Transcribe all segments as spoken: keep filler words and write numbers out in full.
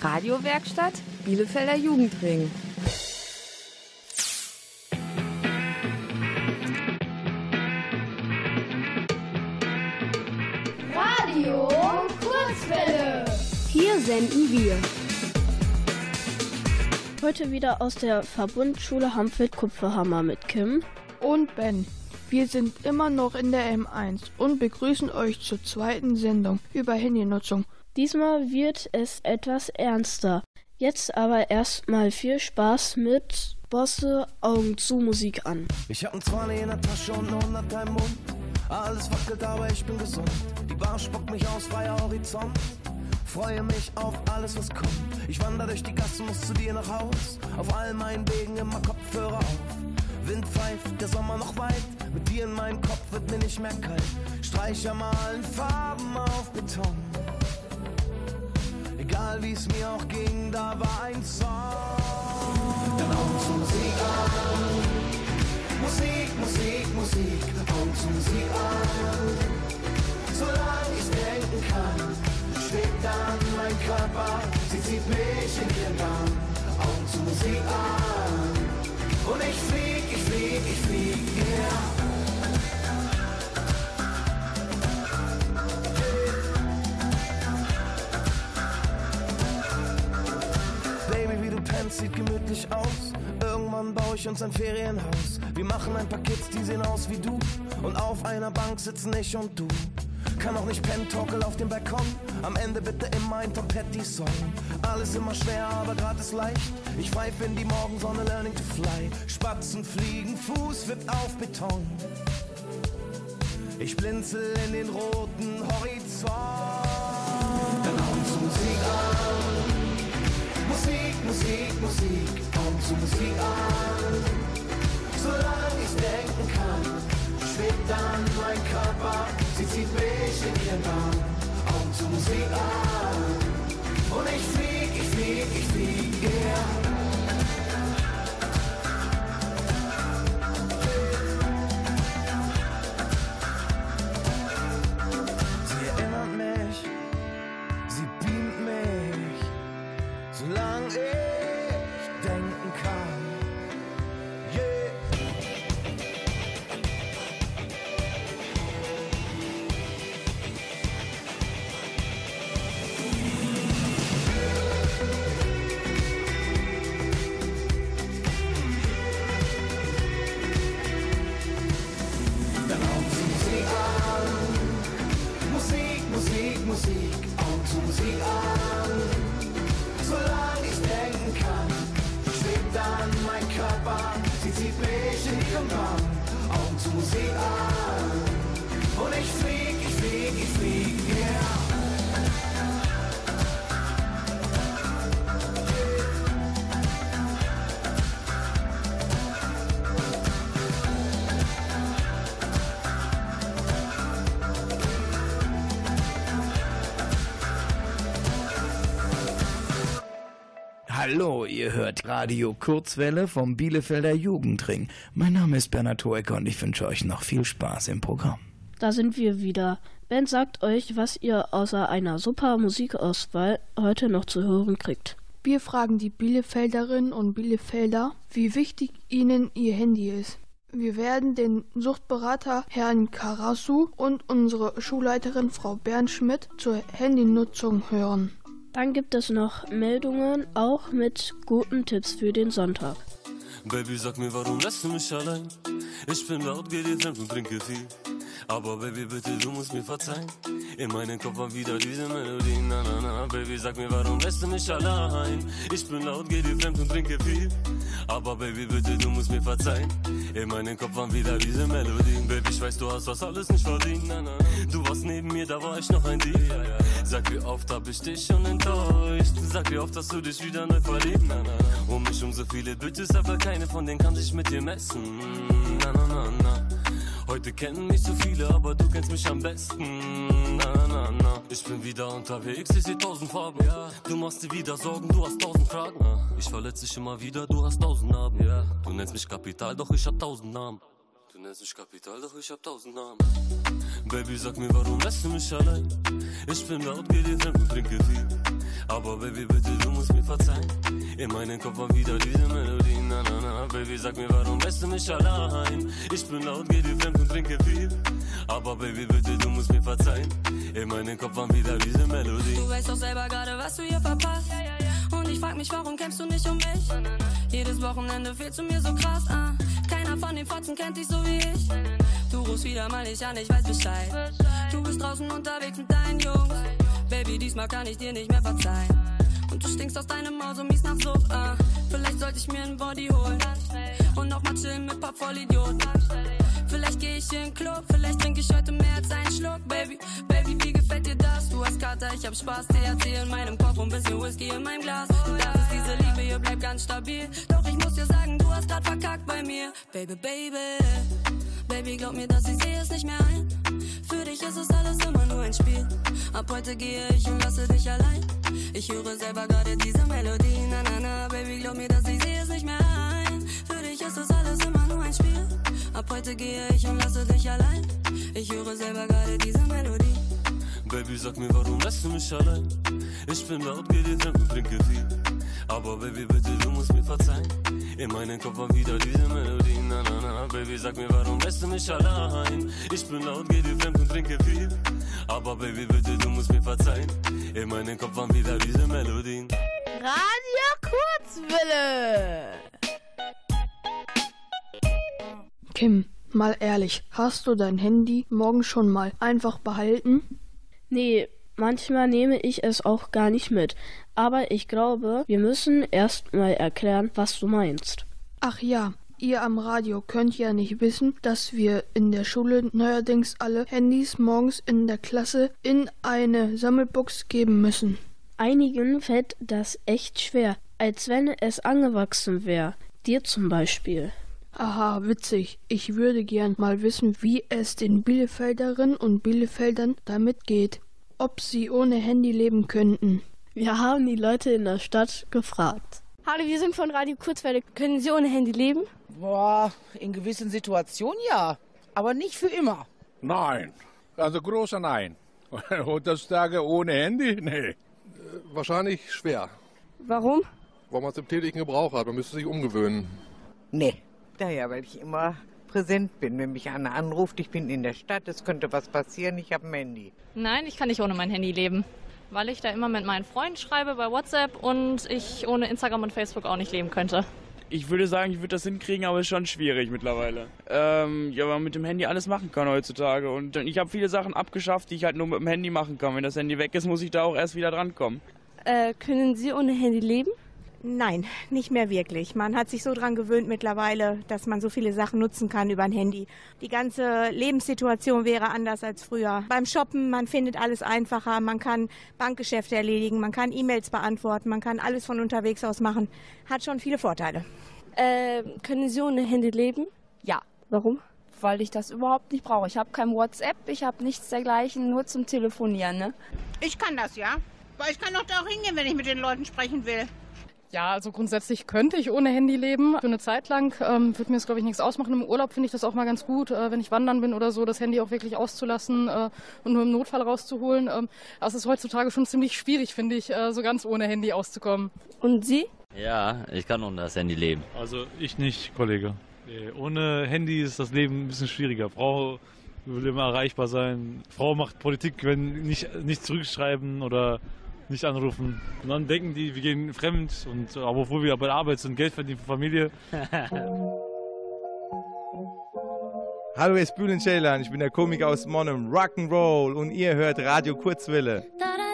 Radiowerkstatt Bielefelder Jugendring. Radio Kurzwelle. Hier senden wir. Heute wieder aus der Verbundschule Hamfeld-Kupferhammer mit Kim und Ben. Wir sind immer noch in der M eins und begrüßen euch zur zweiten Sendung über Handynutzung. Diesmal wird es etwas ernster. Jetzt aber erstmal viel Spaß mit Bosse Augen zu Musik an. Ich hab ein zwanzig in der Tasche und ne hundert im Mund. Alles wackelt, aber ich bin gesund. Die Bar spuckt mich aus, freier Horizont. Freue mich auf alles, was kommt. Ich wander durch die Gassen, muss zu dir nach Haus. Auf all meinen Wegen immer Kopfhörer auf. Wind pfeift, der Sommer noch weit. Mit dir in meinem Kopf wird mir nicht mehr kalt. Streicher malen Farben auf Beton. Egal wie es mir auch ging, da war ein Song. Dann Augen zu Musik an. Musik, Musik, Musik. Augen zu Musik an. Solange ich denken kann, schwebt dann mein Körper. Sie zieht mich in ihren Bann. Augen zu Musik an. Und ich flieg, ich flieg, ich flieg, yeah. Baby, wie du pennst, sieht gemütlich aus. Irgendwann baue ich uns ein Ferienhaus. Wir machen ein paar Kids, die sehen aus wie du. Und auf einer Bank sitzen ich und du. Kann auch nicht pennen, torkel auf dem Balkon. Am Ende bitte immer ein Tom Petty-Song. Alles immer schwer, aber grad ist leicht. Ich pfeife in die Morgensonne, learning to fly. Spatzen fliegen, Fuß wippt auf Beton. Ich blinzel in den roten Horizont. Dann Augen zu Musik an. Musik, Musik, Musik. Augen zu Musik an. Solange ich denken kann, schwebt dann mein Körper. Sie zieht mich in ihren Bann. Augen zu Musik an. Und ich flieg, ich flieg, ich flieg, yeah. Sie erinnert mich, sie beamt mich, solange ich denken kann, yeah. Musik, Augen zu Musik an. Solange ich denken kann, schwebt dann mein Körper. Sie zieht mich in ihren Bann. Augen zu Musik an. Und ich flieg, ich flieg, ich flieg, yeah. Hallo, ihr hört Radio Kurzwelle vom Bielefelder Jugendring. Mein Name ist Bernhard Hoeker und ich wünsche euch noch viel Spaß im Programm. Da sind wir wieder. Ben sagt euch, was ihr außer einer super Musikauswahl heute noch zu hören kriegt. Wir fragen die Bielefelderinnen und Bielefelder, wie wichtig ihnen ihr Handy ist. Wir werden den Suchtberater Herrn Karasu und unsere Schulleiterin Frau Bernschmidt zur Handynutzung hören. Dann gibt es noch Meldungen, auch mit guten Tipps für den Sonntag. Baby, sag mir, warum lässt du mich allein? Ich bin laut, geh dir fremd und trinke viel. Aber Baby, bitte, du musst mir verzeihen. In meinem Kopf war wieder diese Melodie, na na na. Baby, sag mir, warum lässt du mich allein? Ich bin laut, geh dir fremd und trinke viel. Aber Baby, bitte, du musst mir verzeihen. In meinem Kopf waren wieder diese Melodien. Baby, ich weiß, du hast das alles nicht verdient, na na. Du warst neben mir, da war ich noch ein Dieb. Sag, wie oft hab ich dich schon enttäuscht. Sag, wie oft hast du dich wieder neu verliebt, na na. Um mich um so viele Bitches, aber keine von denen kann sich mit dir messen, na na na na. Heute kennen mich so viele, aber du kennst mich am besten. Na, na, na. Ich bin wieder unterwegs, ich seh tausend Farben. Ja. Du machst dir wieder Sorgen, du hast tausend Fragen. Ja. Ich verletze dich immer wieder, du hast tausend Narben. Ja. Du nennst mich Kapital, doch ich hab tausend Namen. Du nennst mich Kapital, doch ich hab tausend Namen. Baby, sag mir, warum lässt du mich allein? Ich bin laut, geh dir fremd und trinke viel. Aber Baby, bitte, du musst mir verzeihen. In meinem Kopf war wieder diese Melodie, na na na. Baby, sag mir, warum lässt du mich allein? Ich bin laut, geh dir fremd und trinke viel. Aber Baby, bitte, du musst mir verzeihen. In meinem Kopf war wieder diese Melodie. Du weißt doch selber gerade, was du hier verpasst. Und ich frag mich, warum kämpfst du nicht um mich? Jedes Wochenende fehlst du mir so krass, ah. Keiner von den Fotzen kennt dich so wie ich. Du rufst wieder mal nicht an, ich weiß Bescheid. Du bist draußen unterwegs mit deinen Jungs. Baby, diesmal kann ich dir nicht mehr verzeihen. Und du stinkst aus deinem Maul so mies nach Sucht, ah. Vielleicht sollte ich mir einen Body holen und noch mal chillen mit paar Vollidioten. Vielleicht geh ich in den Club, vielleicht trink ich heute mehr als einen Schluck. Baby, Baby, wie gefällt dir das? Du hast Kater, ich hab Spaß, T H C in meinem Kopf und bisschen Whisky in meinem Glas. Und das ist diese Liebe, hier bleibt ganz stabil. Doch ich muss dir sagen, du hast grad verkackt bei mir. Baby, Baby, Baby, glaub mir, dass ich seh es nicht mehr ein. Für dich ist es alles immer nur ein Spiel. Ab heute gehe ich und lasse dich allein. Ich höre selber gerade diese Melodie. Na, na, na, Baby, glaub mir, dass ich seh es nicht mehr ein. Für dich ist es alles immer nur ein Spiel. Ab heute gehe ich und lasse dich allein. Ich höre selber gerade diese Melodie. Baby, sag mir, warum lässt du mich allein? Ich bin laut, geh dir fremd und trinke viel. Aber Baby, bitte, du musst mir verzeihen. In meinem Kopf war wieder diese Melodie. Na, na, na, Baby, sag mir, warum lässt du mich allein? Ich bin laut, geh dir fremd und trinke viel. Aber Baby, bitte, du musst mir verzeihen. In meinem Kopf waren wieder diese Melodien. Radio Kurzwelle. Kim, mal ehrlich, hast du dein Handy morgen schon mal einfach behalten? Nee, manchmal nehme ich es auch gar nicht mit. Aber ich glaube, wir müssen erst mal erklären, was du meinst. Ach ja, ihr am Radio könnt ja nicht wissen, dass wir in der Schule neuerdings alle Handys morgens in der Klasse in eine Sammelbox geben müssen. Einigen fällt das echt schwer, als wenn es angewachsen wäre. Dir zum Beispiel. Aha, witzig. Ich würde gern mal wissen, wie es den Bielefelderinnen und Bielefeldern damit geht. Ob sie ohne Handy leben könnten. Wir haben die Leute in der Stadt gefragt. Hallo, wir sind von Radio Kurzwelle. Können Sie ohne Handy leben? Boah, in gewissen Situationen ja, aber nicht für immer. Nein, also großer Nein. Heutzutage ohne Handy? Nee. Äh, wahrscheinlich schwer. Warum? Weil man es im täglichen Gebrauch hat, man müsste sich umgewöhnen. Nee. Naja, weil ich immer präsent bin, wenn mich einer anruft, ich bin in der Stadt, es könnte was passieren, ich habe ein Handy. Nein, ich kann nicht ohne mein Handy leben, weil ich da immer mit meinen Freunden schreibe bei WhatsApp und ich ohne Instagram und Facebook auch nicht leben könnte. Ich würde sagen, ich würde das hinkriegen, aber es ist schon schwierig mittlerweile. Ähm, ja, weil man mit dem Handy alles machen kann heutzutage. Und ich habe viele Sachen abgeschafft, die ich halt nur mit dem Handy machen kann. Wenn das Handy weg ist, muss ich da auch erst wieder drankommen. Äh, können Sie ohne Handy leben? Nein, nicht mehr wirklich. Man hat sich so dran gewöhnt mittlerweile, dass man so viele Sachen nutzen kann über ein Handy. Die ganze Lebenssituation wäre anders als früher. Beim Shoppen, man findet alles einfacher, man kann Bankgeschäfte erledigen, man kann E-Mails beantworten, man kann alles von unterwegs aus machen. Hat schon viele Vorteile. Äh, können Sie ohne Handy leben? Ja. Warum? Weil ich das überhaupt nicht brauche. Ich habe kein WhatsApp, ich habe nichts dergleichen, nur zum Telefonieren. Ne? Ich kann das, ja. Weil ich kann doch da auch hingehen, wenn ich mit den Leuten sprechen will. Ja, also grundsätzlich könnte ich ohne Handy leben. Für eine Zeit lang ähm, wird mir das, glaube ich, nichts ausmachen. Im Urlaub finde ich das auch mal ganz gut, äh, wenn ich wandern bin oder so, das Handy auch wirklich auszulassen äh, und nur im Notfall rauszuholen. Ähm, aber es ist heutzutage schon ziemlich schwierig, finde ich, äh, so ganz ohne Handy auszukommen. Und Sie? Ja, ich kann ohne das Handy leben. Also ich nicht, Kollege. Ohne Handy ist das Leben ein bisschen schwieriger. Frau will immer erreichbar sein. Frau macht Politik, wenn nicht, nicht zurückschreiben oder nicht anrufen. Und dann denken die, wir gehen fremd, und, aber obwohl wir bei der Arbeit sind, Geld verdienen für Familie. Hallo, hier ist Bülent Ceylan, ich bin der Komiker aus Monum, Rock'n'Roll, und ihr hört Radio Kurzwelle.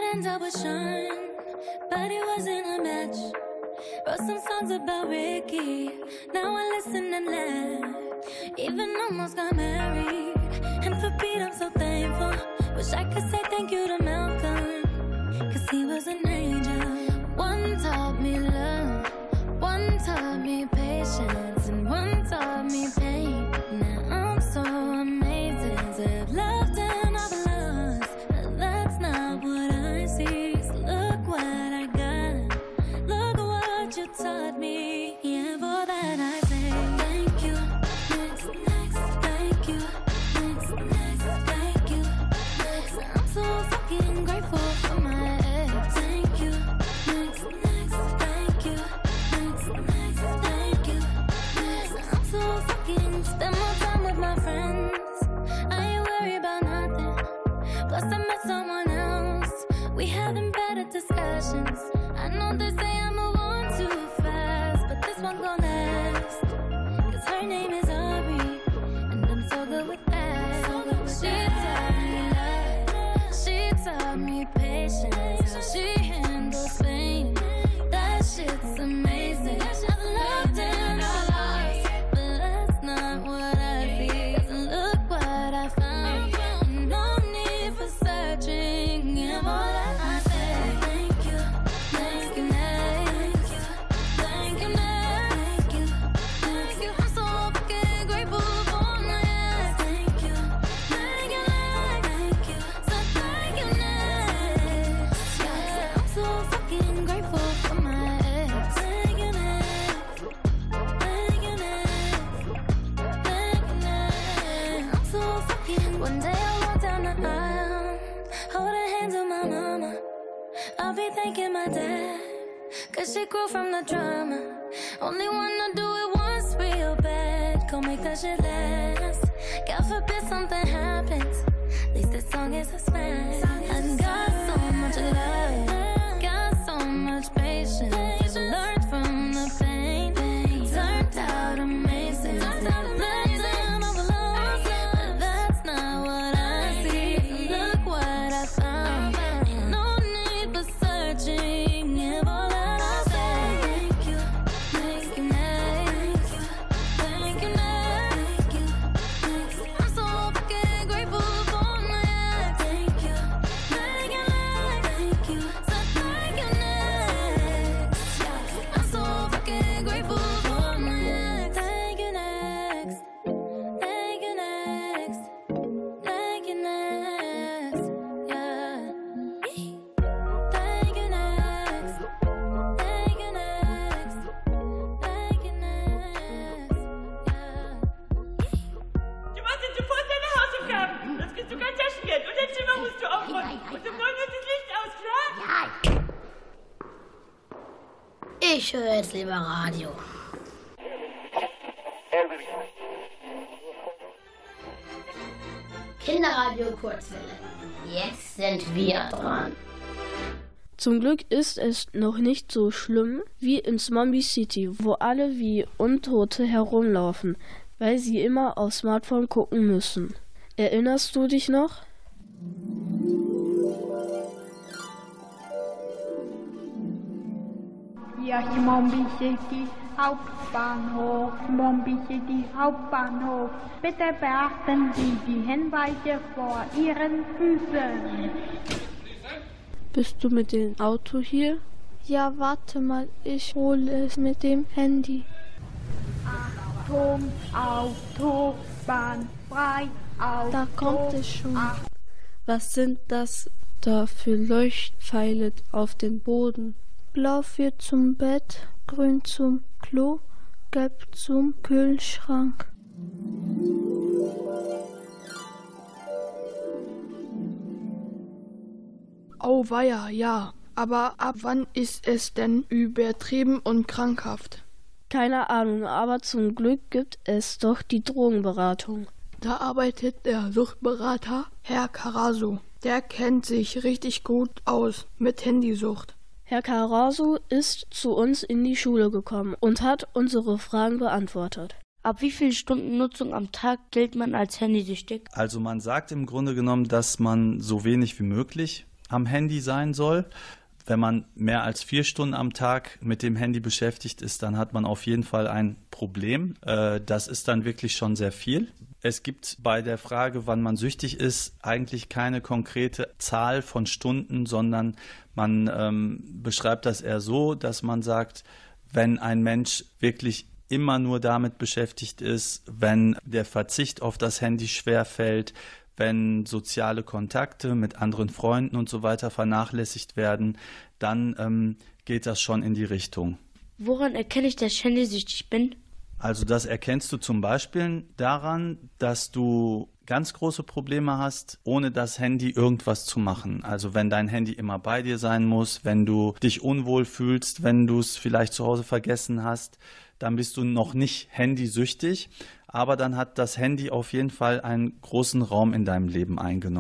Wrote some songs about Ricky. Now I listen and laugh. Even almost got married. And for Pete I'm so thankful. Wish I could say thank you to Malcolm, cause he was an angel. One taught me love, one taught me patience, and one taught me pain. Now I'm so amazing to have loved and I've lost, but that's not what I see. So look what I got, look what you taught me. Yeah, for that I say thank you. Next, next, thank you. Next, next, thank you. Next, I'm so fucking grateful. We having better discussions. I know they say I'm a one too fast, but this one gon' last. Cause her name is Aubrey, and I'm so good with that. So good with she taught me love, she taught me patience, so she handles pain. That shit's amazing. I've loved and lost, but that's not what I see. Cause look what I found. No need for searching. And all I say, thank you, thank you next, thank you next, thank you, thank you. I'm so fucking grateful for my ex. Thank you, thank you next, thank you, so thank you next. Yeah, I'm so fucking grateful for my ex. Thank you next, thank you next, thank you next. I'm so fucking. One day I walk down the aisle, hold her hands with my mama. I'll be thanking my dad, cause she grew from the drama. Only wanna do it once real bad, go make that shit last. God forbid something happens, at least this song is a smash. I got so much love, got so much patience. Learned from the pain, turned out amazing. Blessing overload, but that's not what I see. Look what I found, ain't no need for searching. If all that I say, thank you, thank you next, thank you next, thank you, thank you. I'm so fucking grateful for my ex. Thank you, thank you next, thank you, so thank you next. I'm so fucking grateful for my ex. Thank you next, thank you next, thank you next, yeah. Thank you next, thank you next, thank you next, yeah. Du machst jetzt sofort deine Hausaufgaben, sonst kriegst du kein Taschengeld und dein Zimmer musst du aufräumen. Und um neun wird das Licht aus, klar? Ich höre jetzt lieber Radio. Kinderradio Kurzwelle. Jetzt sind wir dran. Zum Glück ist es noch nicht so schlimm wie in Zombie City, wo alle wie Untote herumlaufen, weil sie immer aufs Smartphone gucken müssen. Erinnerst du dich noch? Hier ist Zombie City Hauptbahnhof. Zombie City Hauptbahnhof. Bitte beachten Sie die Hinweise vor Ihren Füßen. Bist du mit dem Auto hier? Ja, warte mal, ich hole es mit dem Handy. Achtung, Autobahn frei, Auto. Da kommt es schon. Was sind das da für Leuchtpfeile auf dem Boden? Blau führt zum Bett, grün zum Klo, gelb zum Kühlschrank. Auweia, ja. Aber ab wann ist es denn übertrieben und krankhaft? Keine Ahnung, aber zum Glück gibt es doch die Drogenberatung. Da arbeitet der Suchtberater, Herr Karasu. Der kennt sich richtig gut aus mit Handysucht. Herr Karasu ist zu uns in die Schule gekommen und hat unsere Fragen beantwortet. Ab wie vielen Stunden Nutzung am Tag gilt man als handysüchtig? Also man sagt im Grunde genommen, dass man so wenig wie möglich am Handy sein soll. Wenn man mehr als vier Stunden am Tag mit dem Handy beschäftigt ist, dann hat man auf jeden Fall ein Problem. Das ist dann wirklich schon sehr viel. Es gibt bei der Frage, wann man süchtig ist, eigentlich keine konkrete Zahl von Stunden, sondern man ähm, beschreibt das eher so, dass man sagt, wenn ein Mensch wirklich immer nur damit beschäftigt ist, wenn der Verzicht auf das Handy schwerfällt, wenn soziale Kontakte mit anderen Freunden und so weiter vernachlässigt werden, dann ähm, geht das schon in die Richtung. Woran erkenne ich, dass ich handysüchtig bin? Also das erkennst du zum Beispiel daran, dass du ganz große Probleme hast, ohne das Handy irgendwas zu machen. Also wenn dein Handy immer bei dir sein muss, wenn du dich unwohl fühlst, wenn du es vielleicht zu Hause vergessen hast, dann bist du noch nicht handysüchtig, aber dann hat das Handy auf jeden Fall einen großen Raum in deinem Leben eingenommen.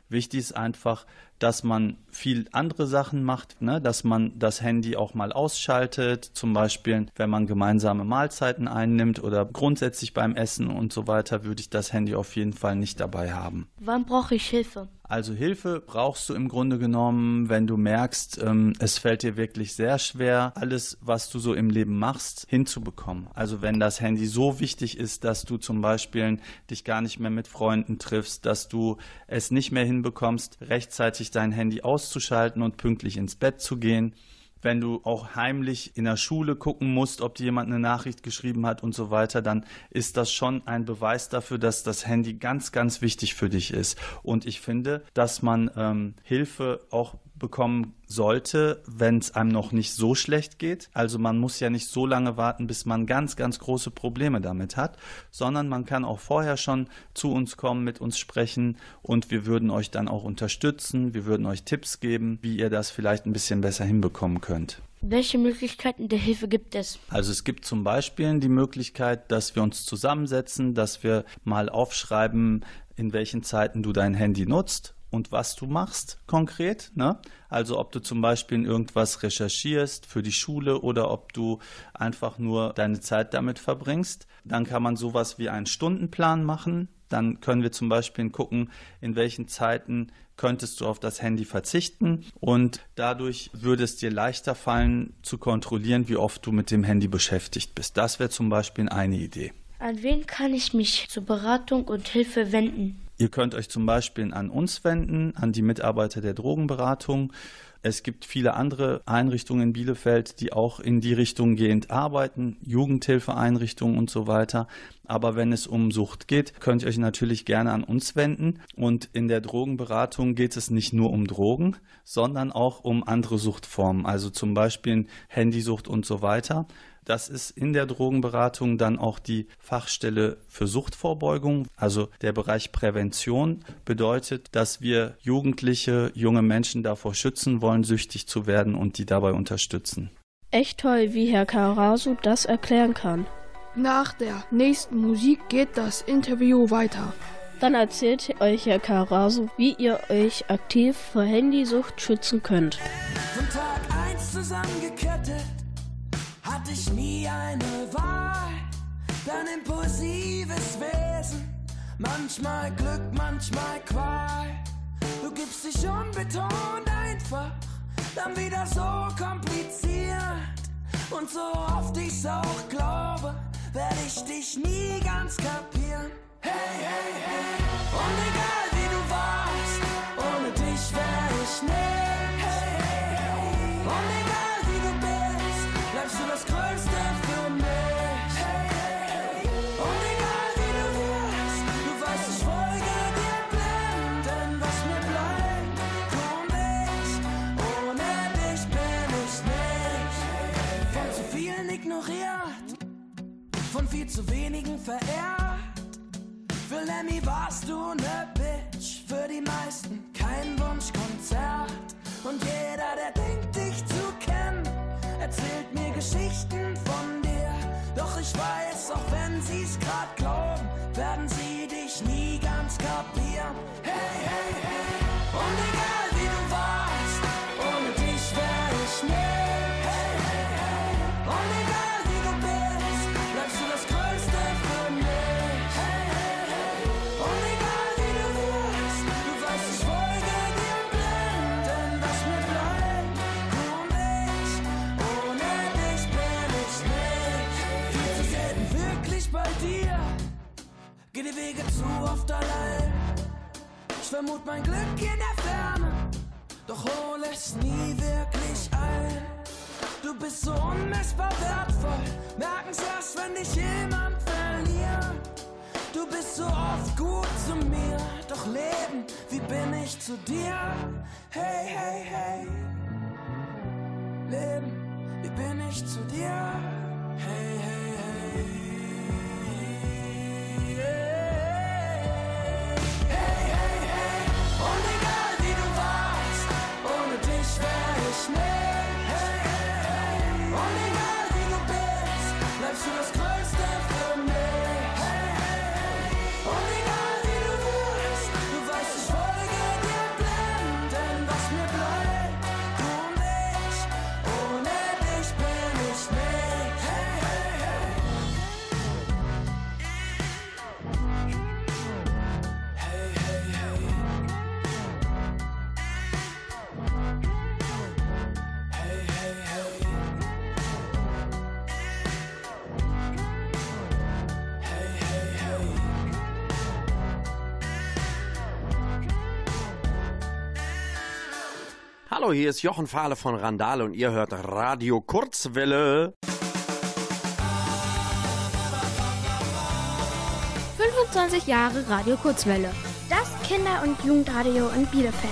Wichtig ist einfach, dass man viel andere Sachen macht, ne? Dass man das Handy auch mal ausschaltet, zum Beispiel, wenn man gemeinsame Mahlzeiten einnimmt oder grundsätzlich beim Essen und so weiter, würde ich das Handy auf jeden Fall nicht dabei haben. Wann brauche ich Hilfe? Also Hilfe brauchst du im Grunde genommen, wenn du merkst, ähm, es fällt dir wirklich sehr schwer, alles, was du so im Leben machst, hinzubekommen. Also wenn das Handy so wichtig ist, dass du zum Beispiel dich gar nicht mehr mit Freunden triffst, dass du es nicht mehr hinbekommst, rechtzeitig dein Handy auszuschalten und pünktlich ins Bett zu gehen. Wenn du auch heimlich in der Schule gucken musst, ob dir jemand eine Nachricht geschrieben hat und so weiter, dann ist das schon ein Beweis dafür, dass das Handy ganz, ganz wichtig für dich ist. Und ich finde, dass man ähm, Hilfe auch bekommen sollte, wenn es einem noch nicht so schlecht geht. Also man muss ja nicht so lange warten, bis man ganz, ganz große Probleme damit hat, sondern man kann auch vorher schon zu uns kommen, mit uns sprechen und wir würden euch dann auch unterstützen, wir würden euch Tipps geben, wie ihr das vielleicht ein bisschen besser hinbekommen könnt. Welche Möglichkeiten der Hilfe gibt es? Also es gibt zum Beispiel die Möglichkeit, dass wir uns zusammensetzen, dass wir mal aufschreiben, in welchen Zeiten du dein Handy nutzt und was du machst konkret, ne? Also ob du zum Beispiel irgendwas recherchierst für die Schule oder ob du einfach nur deine Zeit damit verbringst. Dann kann man sowas wie einen Stundenplan machen. Dann können wir zum Beispiel gucken, in welchen Zeiten könntest du auf das Handy verzichten und dadurch würde es dir leichter fallen zu kontrollieren, wie oft du mit dem Handy beschäftigt bist. Das wäre zum Beispiel eine Idee. An wen kann ich mich zur Beratung und Hilfe wenden? Ihr könnt euch zum Beispiel an uns wenden, an die Mitarbeiter der Drogenberatung. Es gibt viele andere Einrichtungen in Bielefeld, die auch in die Richtung gehend arbeiten, Jugendhilfeeinrichtungen und so weiter. Aber wenn es um Sucht geht, könnt ihr euch natürlich gerne an uns wenden. Und in der Drogenberatung geht es nicht nur um Drogen, sondern auch um andere Suchtformen, also zum Beispiel Handysucht und so weiter. Das ist in der Drogenberatung dann auch die Fachstelle für Suchtvorbeugung. Also der Bereich Prävention bedeutet, dass wir Jugendliche, junge Menschen davor schützen wollen, süchtig zu werden und die dabei unterstützen. Echt toll, wie Herr Carasu das erklären kann. Nach der nächsten Musik geht das Interview weiter. Dann erzählt euch Herr Carasu, wie ihr euch aktiv vor Handysucht schützen könnt. Von Tag eins zusammengekettet hatte ich nie eine Wahl, dein impulsives Wesen, manchmal Glück, manchmal Qual. Du gibst dich unbetont einfach, dann wieder so kompliziert. Und so oft ich's auch glaube, werde ich dich nie ganz kapieren. Hey, hey, hey, und egal wie du warst, ohne dich wär ich nicht. Hey, hey, hey, und egal wie du bist, bleibst du das Größte für mich. Hey, hey, hey, und egal wie du wirst, du weißt, ich folge dir blind, denn was mir bleibt, komm ich, ohne dich bin ich nicht. Von zu vielen ignoriert, von viel zu wenigen verehrt. Für Lemmy warst du ne Bitch, für die meisten kein Wunschkonzert. Und jeder, der denkt, dich zu kennen, erzählt mir Geschichten von dir. Doch ich weiß, auch wenn sie's grad glauben, werden sie dich nie ganz kapieren. Hey, hey, hey, und egal wie du warst, ohne dich wär ich nicht. Hey, hey, hey, und egal wie du bist, bleibst du das Größte für mich. Hey, hey, hey, und egal wie du wirst, du weißt, ich folge dir blind, denn was mir bleibt, komm ich, ohne dich bin ich nicht. Viel zu selten wirklich bei dir, geh die Wege zu oft allein. Ich vermut mein Glück in der Ferne, doch hol es nie wirklich ein. Du bist so unmessbar wertvoll, merken's erst, wenn dich jemand verliert. Du bist so oft gut zu mir, doch Leben, wie bin ich zu dir? Hey, hey, hey. Leben, wie bin ich zu dir? Hey, hey, hey. Hey, hey, hey. Und egal wie du warst, ohne dich wär ich nicht. Hey, hey, hey. Und egal wie du bist, bleibst du das Größte für mich. Hey, hey, hey. Und egal wie du wirst, du weißt, ich folge dir Hallo, hier ist Jochen Fahle von Randale und ihr hört Radio Kurzwelle. fünfundzwanzig Jahre Radio Kurzwelle. Das Kinder- und Jugendradio in Bielefeld.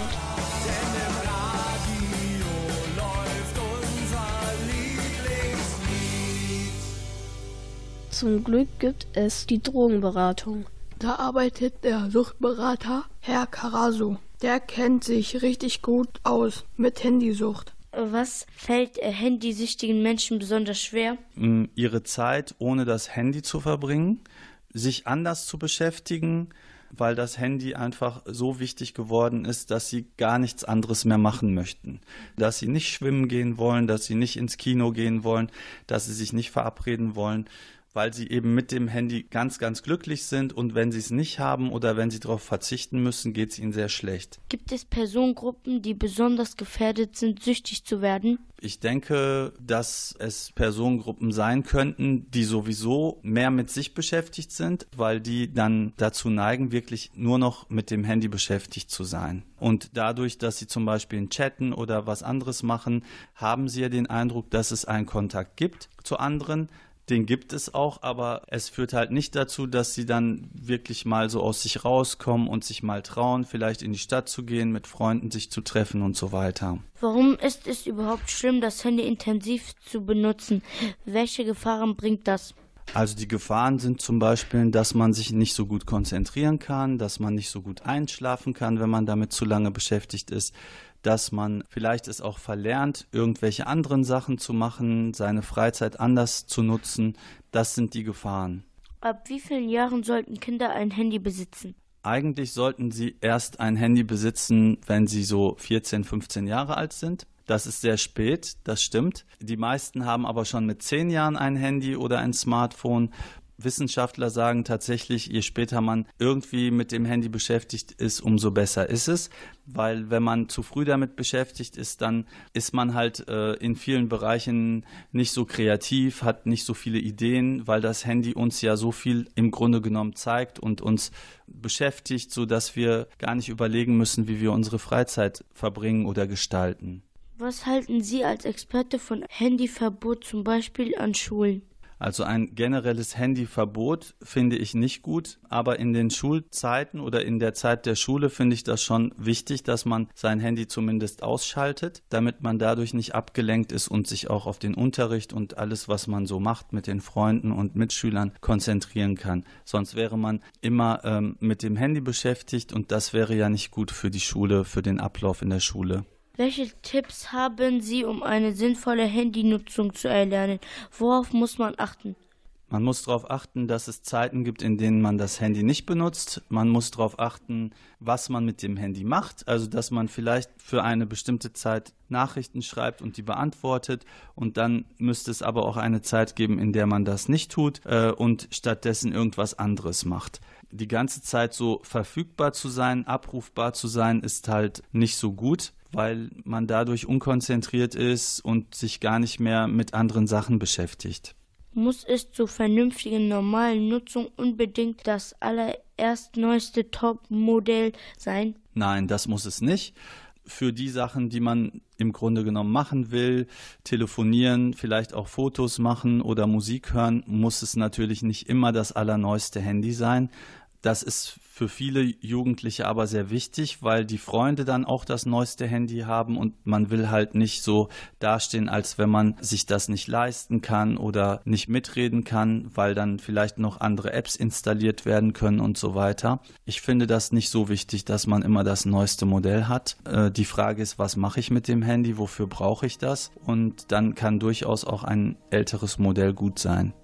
Zum Glück gibt es die Drogenberatung. Da arbeitet der Suchtberater Herr Karasu. Der kennt sich richtig gut aus mit Handysucht. Was fällt handysüchtigen Menschen besonders schwer? Ihre Zeit ohne das Handy zu verbringen, sich anders zu beschäftigen, weil das Handy einfach so wichtig geworden ist, dass sie gar nichts anderes mehr machen möchten. Dass sie nicht schwimmen gehen wollen, dass sie nicht ins Kino gehen wollen, dass sie sich nicht verabreden wollen, weil sie eben mit dem Handy ganz, ganz glücklich sind und wenn sie es nicht haben oder wenn sie darauf verzichten müssen, geht es ihnen sehr schlecht. Gibt es Personengruppen, die besonders gefährdet sind, süchtig zu werden? Ich denke, dass es Personengruppen sein könnten, die sowieso mehr mit sich beschäftigt sind, weil die dann dazu neigen, wirklich nur noch mit dem Handy beschäftigt zu sein. Und dadurch, dass sie zum Beispiel chatten oder was anderes machen, haben sie ja den Eindruck, dass es einen Kontakt gibt zu anderen. Den gibt es auch, aber es führt halt nicht dazu, dass sie dann wirklich mal so aus sich rauskommen und sich mal trauen, vielleicht in die Stadt zu gehen, mit Freunden sich zu treffen und so weiter. Warum ist es überhaupt schlimm, das Handy intensiv zu benutzen? Welche Gefahren bringt das? Also die Gefahren sind zum Beispiel, dass man sich nicht so gut konzentrieren kann, dass man nicht so gut einschlafen kann, wenn man damit zu lange beschäftigt ist, dass man vielleicht es auch verlernt, irgendwelche anderen Sachen zu machen, seine Freizeit anders zu nutzen. Das sind die Gefahren. Ab wie vielen Jahren sollten Kinder ein Handy besitzen? Eigentlich sollten sie erst ein Handy besitzen, wenn sie so vierzehn, fünfzehn Jahre alt sind. Das ist sehr spät, das stimmt. Die meisten haben aber schon mit zehn Jahren ein Handy oder ein Smartphone. Wissenschaftler sagen tatsächlich, je später man irgendwie mit dem Handy beschäftigt ist, umso besser ist es. Weil wenn man zu früh damit beschäftigt ist, dann ist man halt äh, in vielen Bereichen nicht so kreativ, hat nicht so viele Ideen, weil das Handy uns ja so viel im Grunde genommen zeigt und uns beschäftigt, sodass wir gar nicht überlegen müssen, wie wir unsere Freizeit verbringen oder gestalten. Was halten Sie als Experte von Handyverbot zum Beispiel an Schulen? Also ein generelles Handyverbot finde ich nicht gut, aber in den Schulzeiten oder in der Zeit der Schule finde ich das schon wichtig, dass man sein Handy zumindest ausschaltet, damit man dadurch nicht abgelenkt ist und sich auch auf den Unterricht und alles, was man so macht mit den Freunden und Mitschülern konzentrieren kann. Sonst wäre man immer ähm, mit dem Handy beschäftigt und das wäre ja nicht gut für die Schule, für den Ablauf in der Schule. Welche Tipps haben Sie, um eine sinnvolle Handynutzung zu erlernen? Worauf muss man achten? Man muss darauf achten, dass es Zeiten gibt, in denen man das Handy nicht benutzt. Man muss darauf achten, was man mit dem Handy macht. Also, dass man vielleicht für eine bestimmte Zeit Nachrichten schreibt und die beantwortet. Und dann müsste es aber auch eine Zeit geben, in der man das nicht tut äh, und stattdessen irgendwas anderes macht. Die ganze Zeit so verfügbar zu sein, abrufbar zu sein, ist halt nicht so gut, weil man dadurch unkonzentriert ist und sich gar nicht mehr mit anderen Sachen beschäftigt. Muss es zur vernünftigen normalen Nutzung unbedingt das allererst neueste Top-Modell sein? Nein, das muss es nicht. Für die Sachen, die man im Grunde genommen machen will, telefonieren, vielleicht auch Fotos machen oder Musik hören, muss es natürlich nicht immer das allerneueste Handy sein. Das ist für viele Jugendliche aber sehr wichtig, weil die Freunde dann auch das neueste Handy haben und man will halt nicht so dastehen, als wenn man sich das nicht leisten kann oder nicht mitreden kann, weil dann vielleicht noch andere Apps installiert werden können und so weiter. Ich finde das nicht so wichtig, dass man immer das neueste Modell hat. Äh, die Frage ist, was mache ich mit dem Handy, wofür brauche ich das? Und dann kann durchaus auch ein älteres Modell gut sein.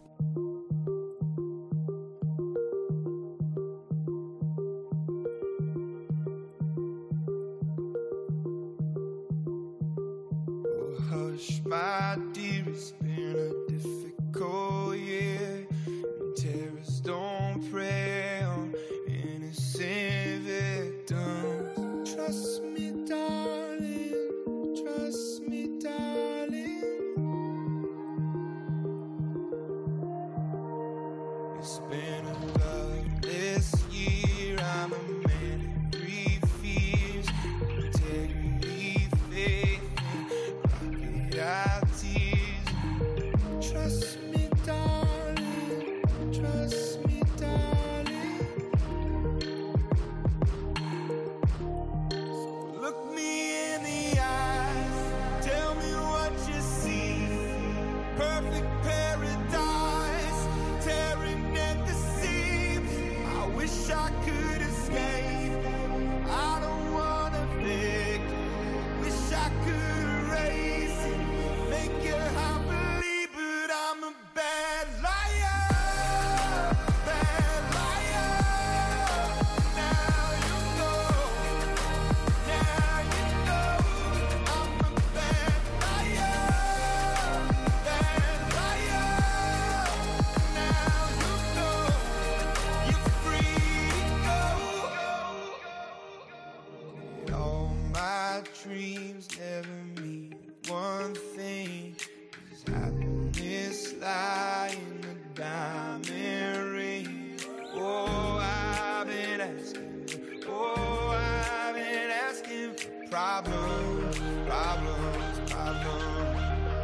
Hush, my dear, it's been a difficult year. And terrorists don't prey on innocent victims. Trust me, darling, trust me, darling. It's been a loveless year. I'm a man who fears integrity fades. I'll tease you. Trust me, darling. Trust me, darling. So look me in the eyes. Tell me what you see. Perfect paradise, tearing at the seams. I wish I could escape. I don't wanna fake. Wish I could erase it, make you happily, but I'm a bad liar, bad liar. Now you know, now you know, I'm a bad liar, bad liar. Now you know, you're free to go. All my dreams never mean one thing. Is happiness lie in a diamond ring? Oh, I've been asking. Oh, I've been asking for problems, problems, problems.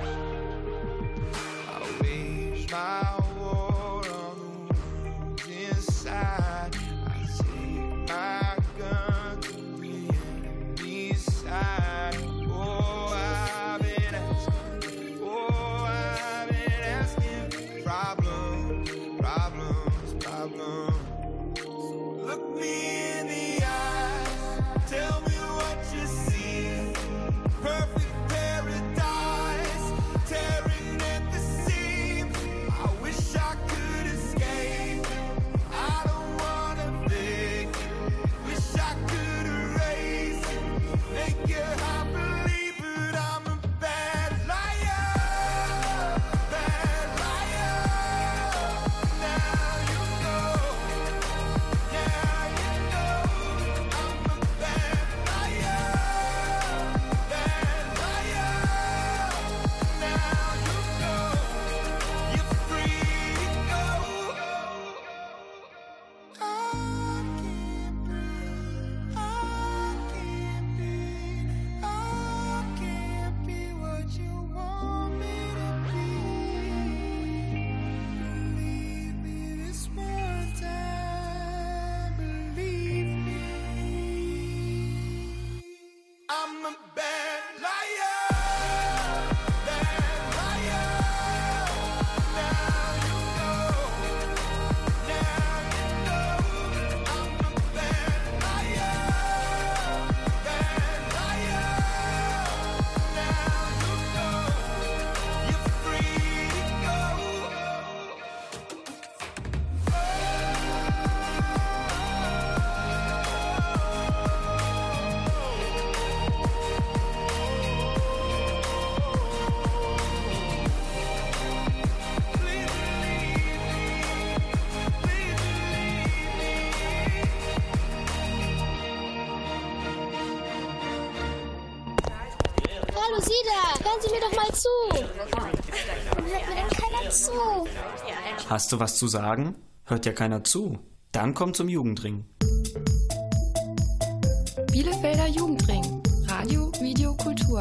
I wage my war on the wounds inside. I take my gun to the enemy's side. Oh, I've been asking. Oh, I've been asking for problems, problems, problems. Look me in the eyes. Tell me what you see. Perfect paradise, tearing at the seams. I wish I could escape. I don't wanna fake. Wish I could erase it, make you happily, but I'm a bad liar, bad liar. Now you know, now you know, I'm a bad liar, bad liar. Now you know, you're free to go. I can't breathe, I can't be, I can't be what you want me to be. Believe me this one time, believe me. I'm a bad liar, bad liar. Now you know, now you know, I'm a bad liar, bad liar. Now you know, you're free to go. Hallo Sie da, hören Sie mir doch mal zu. Hört mir denn keiner zu? Hast du was zu sagen? Hört ja keiner zu. Dann komm zum Jugendring. Bielefelder Jugendring. Radio, Video, Kultur.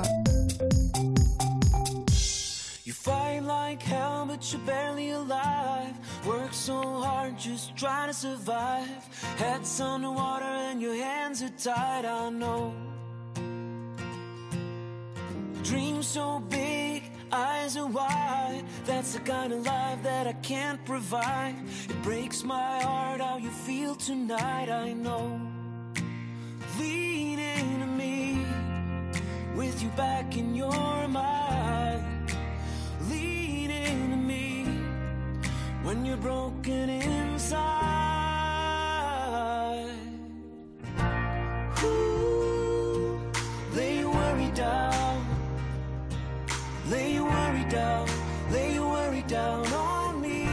You fight like hell, but you're barely alive. Work so hard, just trying to survive. Head's underwater and your hands are tied, I know. Dreams so big, eyes are wide. That's the kind of life that I can't provide. It breaks my heart how you feel tonight, I know. Lean into me, with you back in your mind. Lean into me, when you're broken inside. Ooh, lay your worry down. Lay your worry down, lay your worry down on me.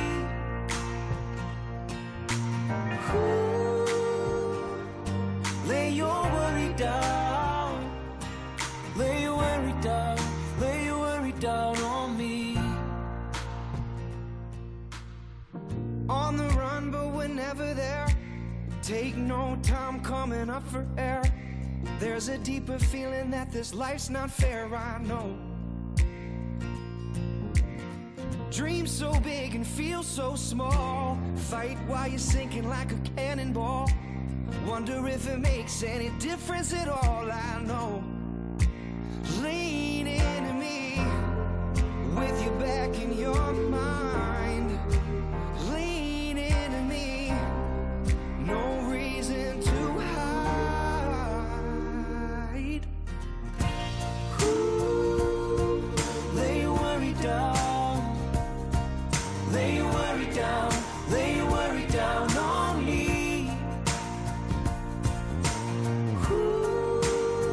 Ooh, lay your worry down, lay your worry down, lay your worry down on me. On the run, but we're never there. Take no time coming up for air. There's a deeper feeling that this life's not fair, I know. Dream so big and feel so small. Fight while you're sinking like a cannonball. Wonder if it makes any difference at all. I know. Lean into me with your back and your mind. Lean into me. No reason to hide. Ooh, lay your worry down. Lay your worry down. Lay your worry down on me. Ooh,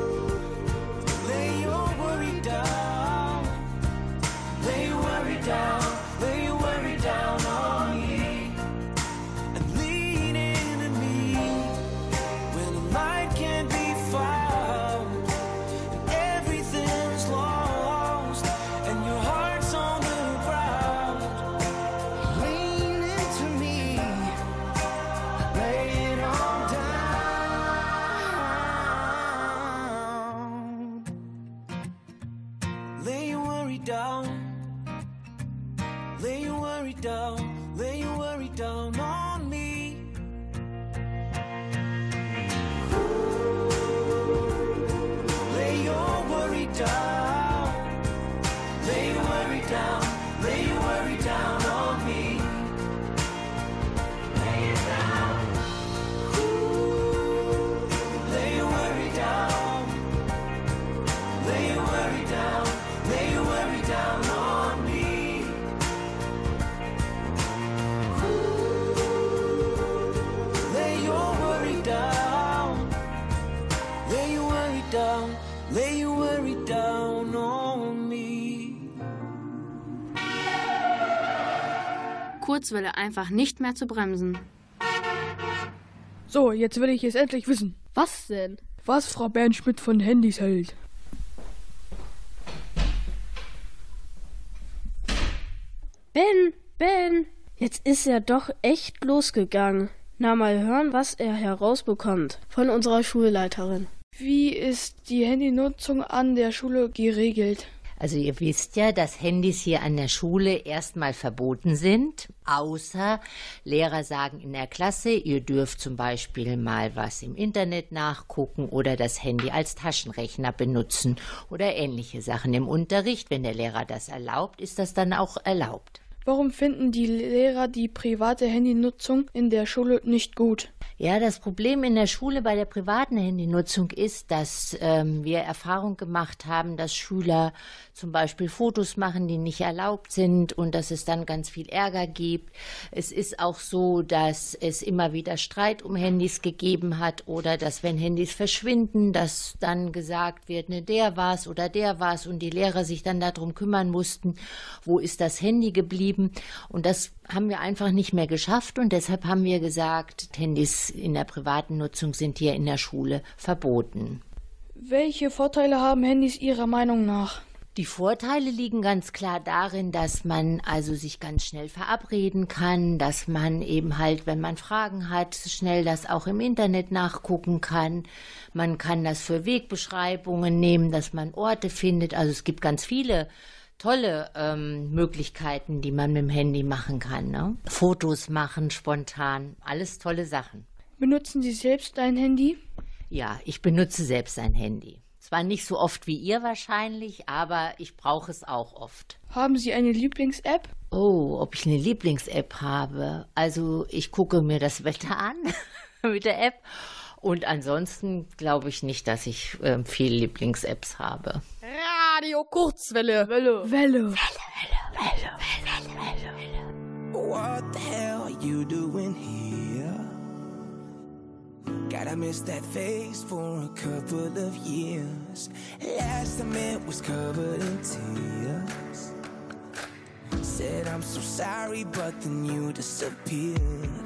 lay your worry down. Lay your worry down. Lay your worry down on me. And lean into me when the light can't be found. And everything's lost and your heart's on the ground. Lean into me. Lay it all down. Lay your worry down. Lay your worry down. Lay your worry down on me. Lay your worry down. Lay your worry down. Lay your worry down on me. Lay it down. Lay your worry down. Lay your worry down. Lay your worry down on me. Lay your worry down. Lay your worry down. Lay your worry down on me. Kurzwelle einfach nicht mehr zu bremsen. So, jetzt will ich es endlich wissen. Was denn? Was Frau Bernschmidt von Handys hält. Ben, Ben, jetzt ist er doch echt losgegangen. Na, mal hören, was er herausbekommt von unserer Schulleiterin. Wie ist die Handynutzung an der Schule geregelt? Also ihr wisst ja, dass Handys hier an der Schule erstmal verboten sind, außer Lehrer sagen in der Klasse, ihr dürft zum Beispiel mal was im Internet nachgucken oder das Handy als Taschenrechner benutzen oder ähnliche Sachen im Unterricht. Wenn der Lehrer das erlaubt, ist das dann auch erlaubt. Warum finden die Lehrer die private Handynutzung in der Schule nicht gut? Ja, das Problem in der Schule bei der privaten Handynutzung ist, dass ähm, wir Erfahrung gemacht haben, dass Schüler zum Beispiel Fotos machen, die nicht erlaubt sind und dass es dann ganz viel Ärger gibt. Es ist auch so, dass es immer wieder Streit um Handys gegeben hat oder dass, wenn Handys verschwinden, dass dann gesagt wird, ne, der war's oder der war's und die Lehrer sich dann darum kümmern mussten, wo ist das Handy geblieben. Und das haben wir einfach nicht mehr geschafft und deshalb haben wir gesagt, Handys in der privaten Nutzung sind hier in der Schule verboten. Welche Vorteile haben Handys Ihrer Meinung nach? Die Vorteile liegen ganz klar darin, dass man also sich ganz schnell verabreden kann, dass man eben halt, wenn man Fragen hat, schnell das auch im Internet nachgucken kann. Man kann das für Wegbeschreibungen nehmen, dass man Orte findet. Also es gibt ganz viele tolle ähm, Möglichkeiten, die man mit dem Handy machen kann. Ne? Fotos machen, spontan, alles tolle Sachen. Benutzen Sie selbst ein Handy? Ja, ich benutze selbst ein Handy. Zwar nicht so oft wie ihr wahrscheinlich, aber ich brauche es auch oft. Haben Sie eine Lieblings-App? Oh, ob ich eine Lieblings-App habe? Also ich gucke mir das Wetter an mit der App und ansonsten glaube ich nicht, dass ich äh, viele Lieblings-Apps habe. Radio Kurzwelle. Welle. Welle, Welle. Welle, Welle, Welle, Welle. What the hell are you doing here? God, I miss that face for a couple of years. Last time it was covered in tears. Said I'm so sorry, but then you disappeared.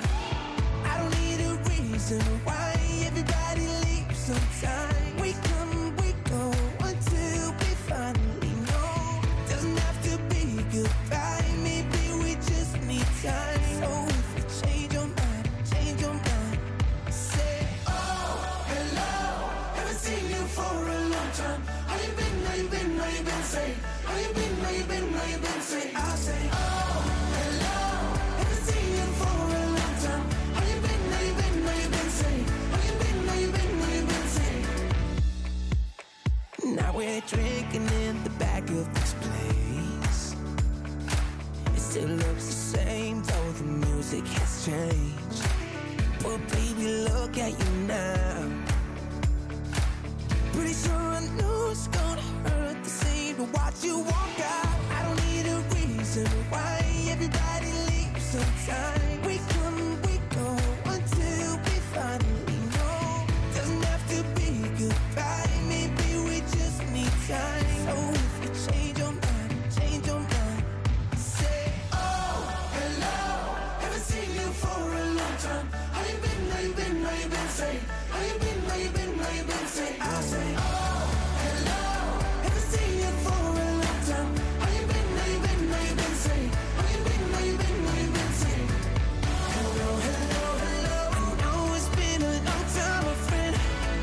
I don't need a reason why everybody leaves sometime. We come, we go until we finally know. Doesn't have to be goodbye, maybe we just need time. So if you change your mind, change your mind. Say, oh, hello, haven't seen you for a long time. How you been, how you been, how you been, say, how you been, how you been, how you been, say, I say, oh. Now we're drinking in the back of this place. It still looks the same though the music has changed. But baby, look at you now. Pretty sure I know it's gonna hurt the same to watch you walk out. I don't need a reason why everybody leaves sometime. We come, we go until we finally know. Doesn't have to be goodbye, maybe we just need time. So if you change your mind, change your mind. Say, oh, hello, haven't seen you for a long time. How you been, how you been, how you been, say. How you been, how you been, how you been, say. I say, oh, hello, haven't seen you for a long time. How you been, how you been, how you been, say. How you been, how you been, how you been, say. Hello, hello, hello. I know it's been a long time, my friend.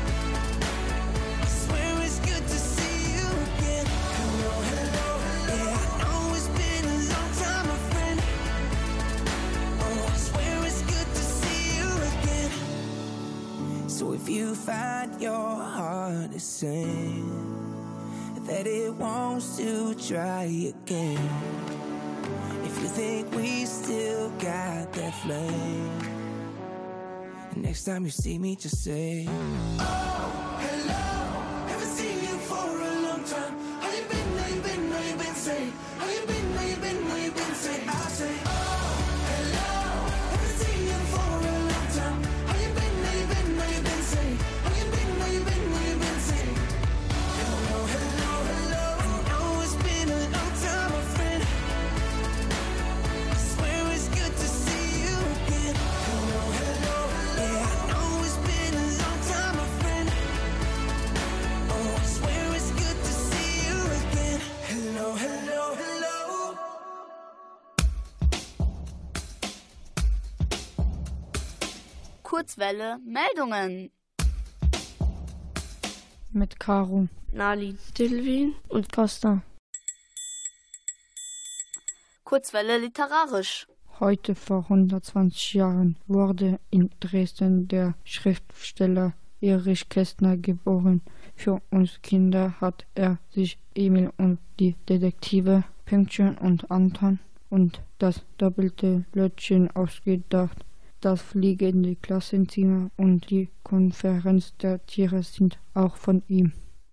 I swear it's good to see you again. Hello, hello, hello. Yeah, I know it's been a long time, my friend. Oh, I swear it's good to see you again. So if you find your heart is saying that it wants to try again, if you think we still got that flame, next time you see me just say, oh, hello, haven't seen you for a long time. How you been, how you been, how you been, say. How you been, how you been, how you been, say. I say, oh, hello, haven't seen you for a long time. How you been, how you been, how you been, say. How you been, how you been, how you been, say. Hello, hello, hello. I know it's been a long time, my friend. I swear it's good to see you again. Hello, hello, hello. Yeah, I know it's been a long time, my friend. Oh, I swear it's good to see you again. Hello, hello, hello. Kurzwelle Meldungen. Mit Caro, Nali, Dilwin und Costa. Kurzwelle literarisch. Heute vor hundertzwanzig Jahren wurde in Dresden der Schriftsteller Erich Kästner geboren. Für uns Kinder hat er sich Emil und die Detektive, Pünktchen und Anton und das doppelte Lötchen ausgedacht. Das fliegende Klassenzimmer und die Konferenz der Tiere sind auch von ihm.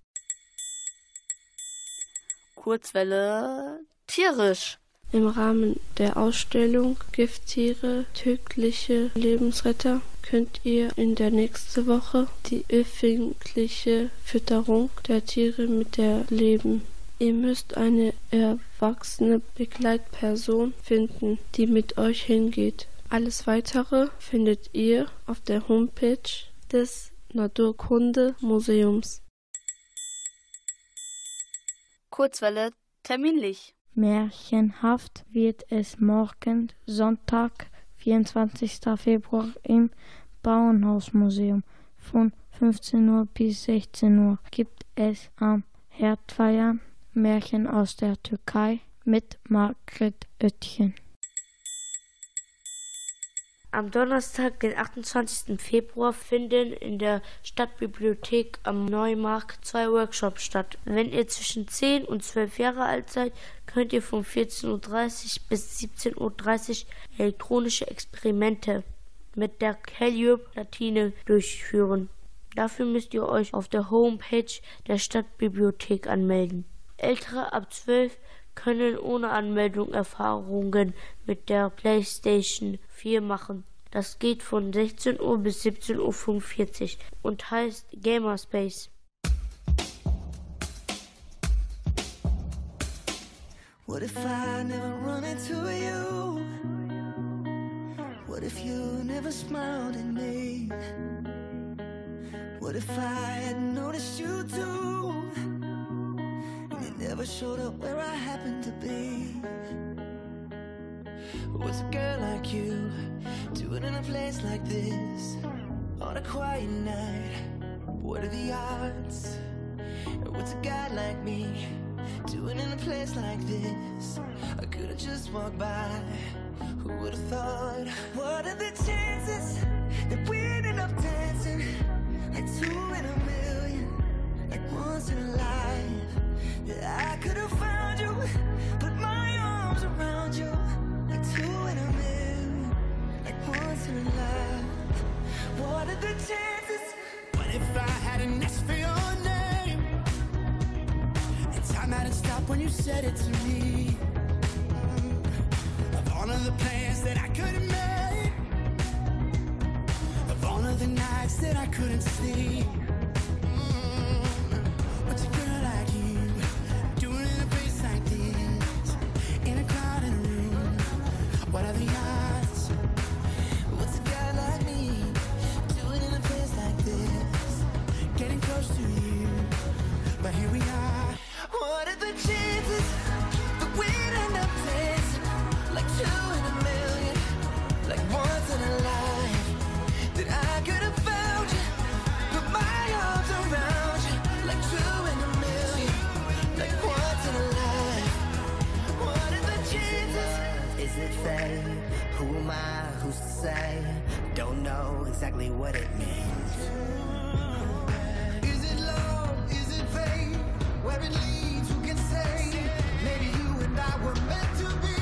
Kurzwelle tierisch. Im Rahmen der Ausstellung Gifttiere, tödliche Lebensretter könnt ihr in der nächsten Woche die öffentliche Fütterung der Tiere mit erleben. Ihr müsst eine erwachsene Begleitperson finden, die mit euch hingeht. Alles Weitere findet ihr auf der Homepage des Naturkundemuseums. Kurzwelle terminlich. Märchenhaft wird es morgen, Sonntag, vierundzwanzigsten Februar im Bauernhausmuseum. Von fünfzehn Uhr bis sechzehn Uhr gibt es am Herdfeier Märchen aus der Türkei mit Margret Oetjen. Am Donnerstag, den achtundzwanzigsten Februar, finden in der Stadtbibliothek am Neumarkt zwei Workshops statt. Wenn ihr zwischen zehn und zwölf Jahre alt seid, könnt ihr von vierzehn Uhr dreißig bis siebzehn Uhr dreißig elektronische Experimente mit der Calliope-Platine durchführen. Dafür müsst ihr euch auf der Homepage der Stadtbibliothek anmelden. Ältere ab zwölf können ohne Anmeldung Erfahrungen mit der PlayStation vier machen. Das geht von sechzehn Uhr bis siebzehn Uhr fünfundvierzig und heißt Gamerspace. What if I never run into you? What if you never smiled at me? What if I had noticed you too? Never showed up where I happened to be. What's a girl like you doing in a place like this on a quiet night? What are the odds? What's a guy like me doing in a place like this? I could have just walked by. Who would have thought? What are the chances that we ended up dancing like two in a million? like once in a life that I could have found you, put my arms around you, like two in a million, like once in a life. What are the chances? What if I hadn't asked for your name, and time hadn't stopped when you said it to me? Of all of the plans that I could have made, of all of the nights that I couldn't sleep, what's a girl like you doing in a place like this, in a crowded room? What are the odds? What's a guy like me doing in a place like this, getting close to you? But here we are. What are the chances that we'd end up dancing like two in a million, like once in a life, that I could have found you, put my arms around you, like two in a million, like once in a life. What are the chances? Is it fate? Who am I? Who's to say? Don't know exactly what it means. Is it love? Is it fate? Where it leads, who can say? Maybe you and I were meant to be.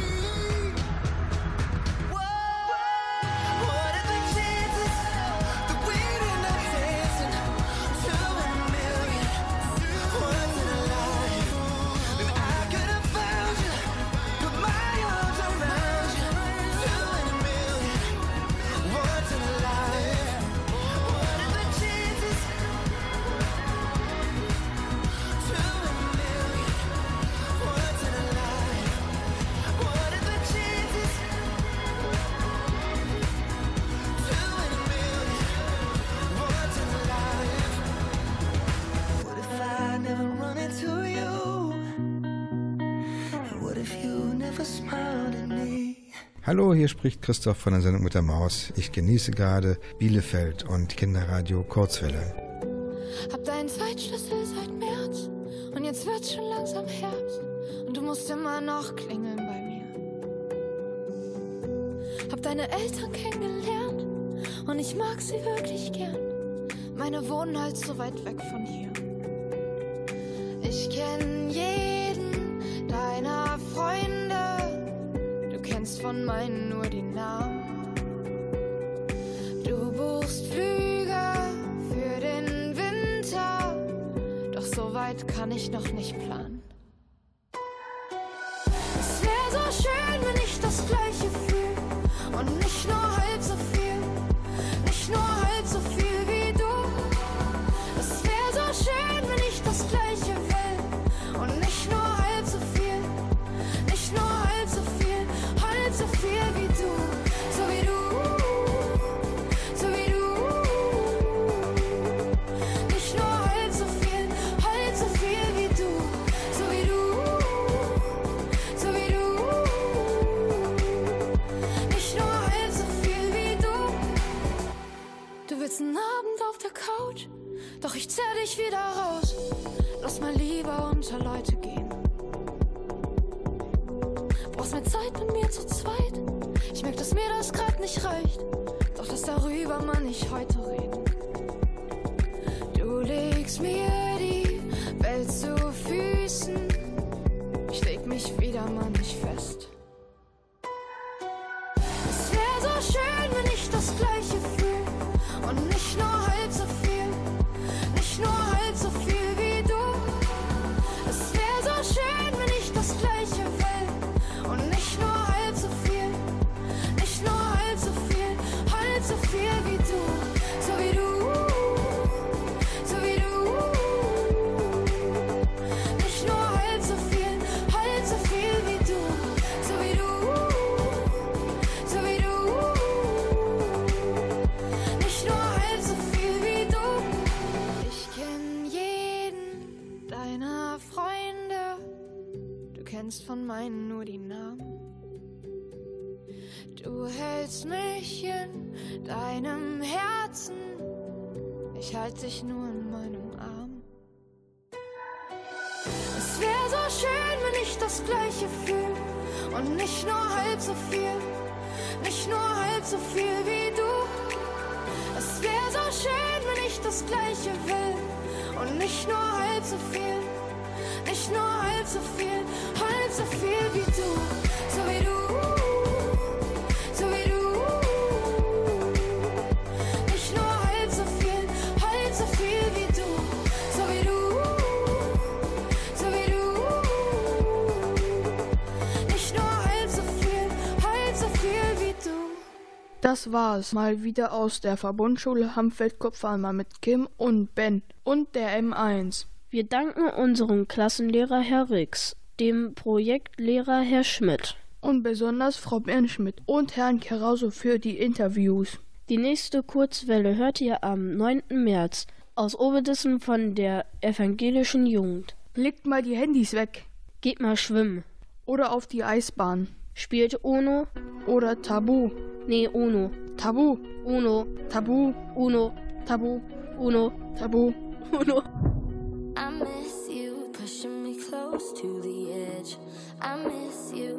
Whoa. What are the chances that we'd end up dancing two in a million, once in a life, that I could have found you, put my arms around you, two in a million, once in a life. What are the chances? Two in a million, once in a life. What are the chances? Two in a million, once in a life. What if I never run into you? And what if you never smiled at me? Hallo, hier spricht Christoph von der Sendung mit der Maus. Ich genieße gerade Bielefeld und Kinderradio Kurzwelle. Hab deinen Zweitschlüssel seit März und jetzt wird's schon langsam Herbst und du musst immer noch klingeln bei mir. Hab deine Eltern kennengelernt und ich mag sie wirklich gern. Meine wohnen halt so weit weg von hier. Ich kenn jeden deiner Freunde, du kennst von meinen nur die Namen. Du buchst Flüge für den Winter, doch so weit kann ich noch nicht planen. Es wär so schön, wenn ich das Gleiche fühl und nicht nur halb so viel, nicht nur halb so viel wie du. Es wär so schön, wenn ich das Gleiche will und nicht nur halb so viel, nicht nur halb so viel, halb so viel wie du, so wie du. So wie du, nicht nur halb so viel, halb so viel wie du, so wie du, so wie du, nicht nur halb so viel wie du. Du willst einen Abend auf der Couch, doch ich zerr dich wieder raus. Lass mal lieber unter Leute gehen. Brauchst mehr Zeit mit mir zu zweit. Ich merk, dass mir das grad nicht reicht. Doch lass darüber mal nicht heute reden. Du legst mir die Welt zu Füßen. Ich leg mich wieder mal nicht fest. Es wär so schön, wenn ich das Gleiche fühl und nicht nur halb so viel, nicht nur halb so viel wie du. Es wär so schön, wenn ich das Gleiche will und nicht nur halb so viel, nicht nur halb so viel, halb so viel wie du, so wie du, so wie du. Nicht nur halb so viel, halb so viel wie du, so wie du, so wie du. Nicht nur halb so viel wie du. Ich kenn jeden deiner Freunde, du kennst von meinen nur die Namen. Du hältst mich in deinem Herzen, ich halt dich nur in meinem Arm. Es wär so schön, wenn ich das Gleiche fühl und nicht nur halb so viel, nicht nur halb so viel wie du. Es wär so schön, wenn ich das Gleiche will Und nicht nur halb so viel, nicht nur halb so viel, halb so viel wie du, so wie du, so wie du. Nicht nur halb so viel, halb so viel wie du, so wie du, so wie du. Nicht nur halb so viel, halb so viel wie du. Das war's mal wieder aus der Verbundschule Hamm-Feldkopf-Alma mit Kim und Ben und der M eins. Wir danken unserem Klassenlehrer Herr Rix, dem Projektlehrer Herr Schmidt und besonders Frau Bernschmidt und Herrn Kerauso für die Interviews. Die nächste Kurzwelle hört ihr am neunten März aus Oberdissen von der evangelischen Jugend. Legt mal die Handys weg. Geht mal schwimmen. Oder auf die Eisbahn. Spielt Uno. Oder Tabu. Nee, Uno. Tabu. Uno. Tabu. Uno. Tabu. Uno. Tabu. Uno. I miss you, pushing me close to the edge. I miss you.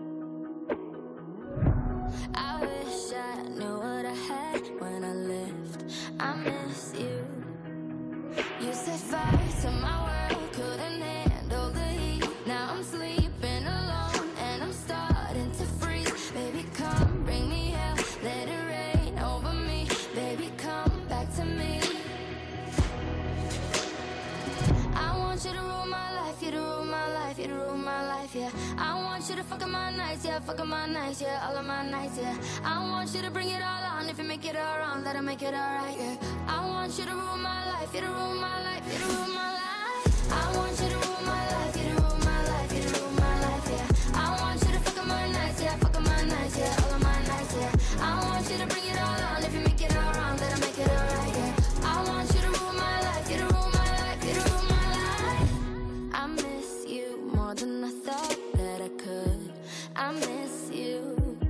I wish I knew what I had when I left. I miss you. You set fire to my world, couldn't handle the heat. Now I'm sleeping alone and I'm starting to freeze. Baby, come bring me hell, let it rain over me. Baby, come back to me. I want you to rule my life, you to rule my life, you to rule my life, yeah. I want you to fuck up my nights, yeah, fuck up my nights, yeah, all of my nights, yeah. I want you to bring it all on, if you make it all wrong, let it make it all right, yeah. I want you to rule my life, you to rule my life, you to rule my life. I want you to rule my life, you to rule my life, you to rule my life, yeah. I want you to fuck up my nights, yeah, fuck up my nights, yeah, all of my nights, yeah. I want you to bring it all on, if you make it all wrong, let it make it all right, yeah. I want you to rule my life, you to rule my life, you to rule my life. I miss you more than I thought that I could. I miss you.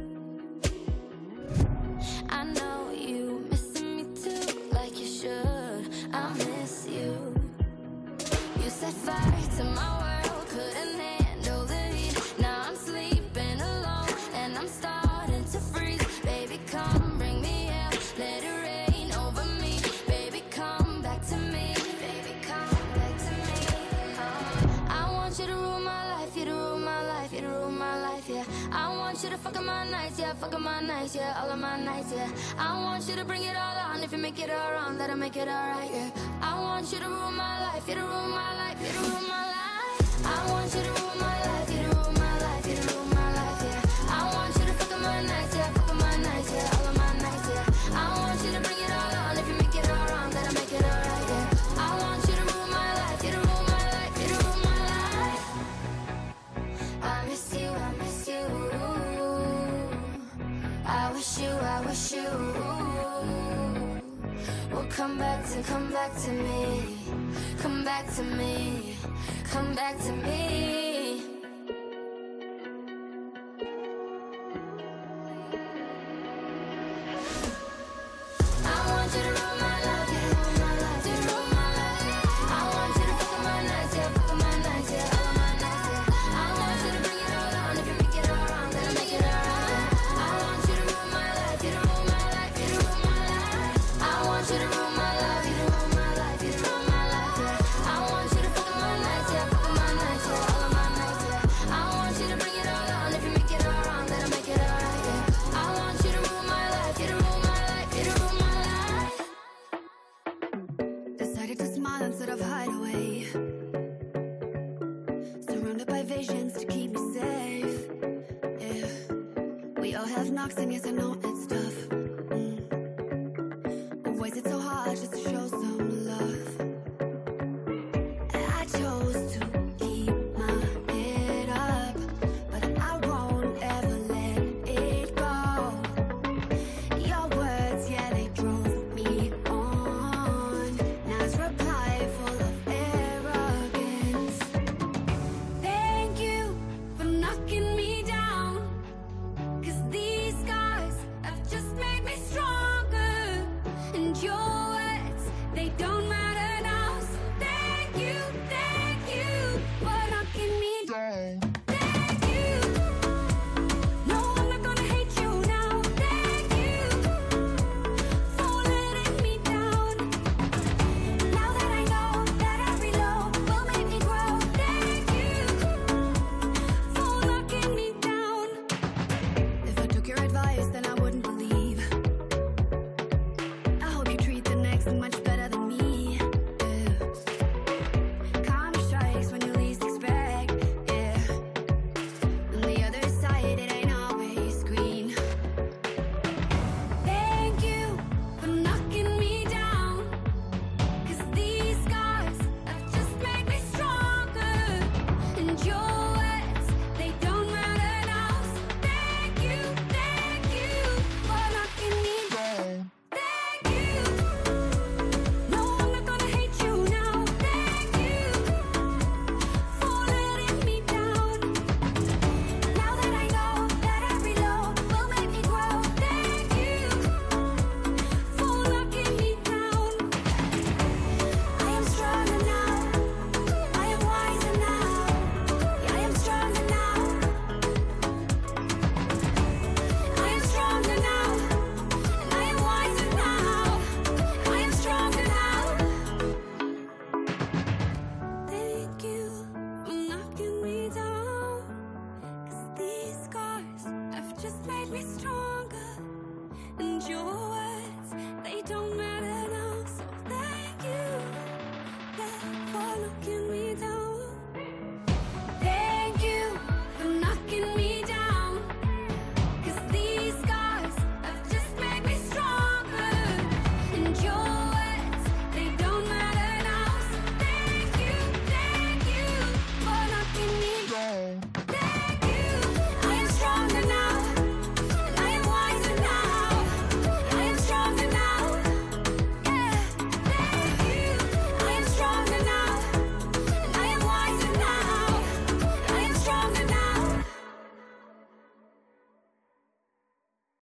I know you missing me too, like you should. I miss you. You set fire to my world, couldn't handle the heat. Now I'm sleeping alone and I'm starting to freeze. Baby, come bring me hell, let it rain over me. Baby, come back to me. Baby, come back to me. Oh. I want you to rule my life, you to rule my life, you to rule my life, yeah. I want you to fuck up my nights, yeah, fuck up my nights, yeah, all of my nights, yeah. I want you to bring it all on, if you make it all wrong, let it make it all right, yeah. I want you to rule my life, you to rule my life, you to rule my life. I want you to rule my life, you to rule my life, you to rule my life, yeah. I want you to fuck up my nights, yeah, fuck up my nights, yeah, all of my nights, yeah. I want you to bring it all on, if you make it all wrong, let it make it all right, yeah. I want you to rule my life, you to rule my life, you to rule my life. I miss you, I miss you. I wish you, I wish you will come back to, come back to me. Come back to me. Come back to me. I want you to rule my life, you to rule my life, you to rule my life, yeah. I want you to fuck up my nights, yeah, fuck up my nights, yeah, all of my nights, yeah. I want you to bring it all on, if you make it all wrong, then make it all right. I want you to rule my life, you to rule my life, you to rule my life. I want you to rule my life, you to rule my life, you to rule my life, yeah. I want you to fuck up my nights, yeah, fuck up my nights, yeah, all of my nights, yeah. I want you to bring it all on, if you make it all wrong, then make it all right, yeah. I want you to rule my life, you to rule my life, you to rule my life. Decided to smile instead of hide away. Surrounded by visions to keep me safe. Yeah. We all have knocks and yes and no, it's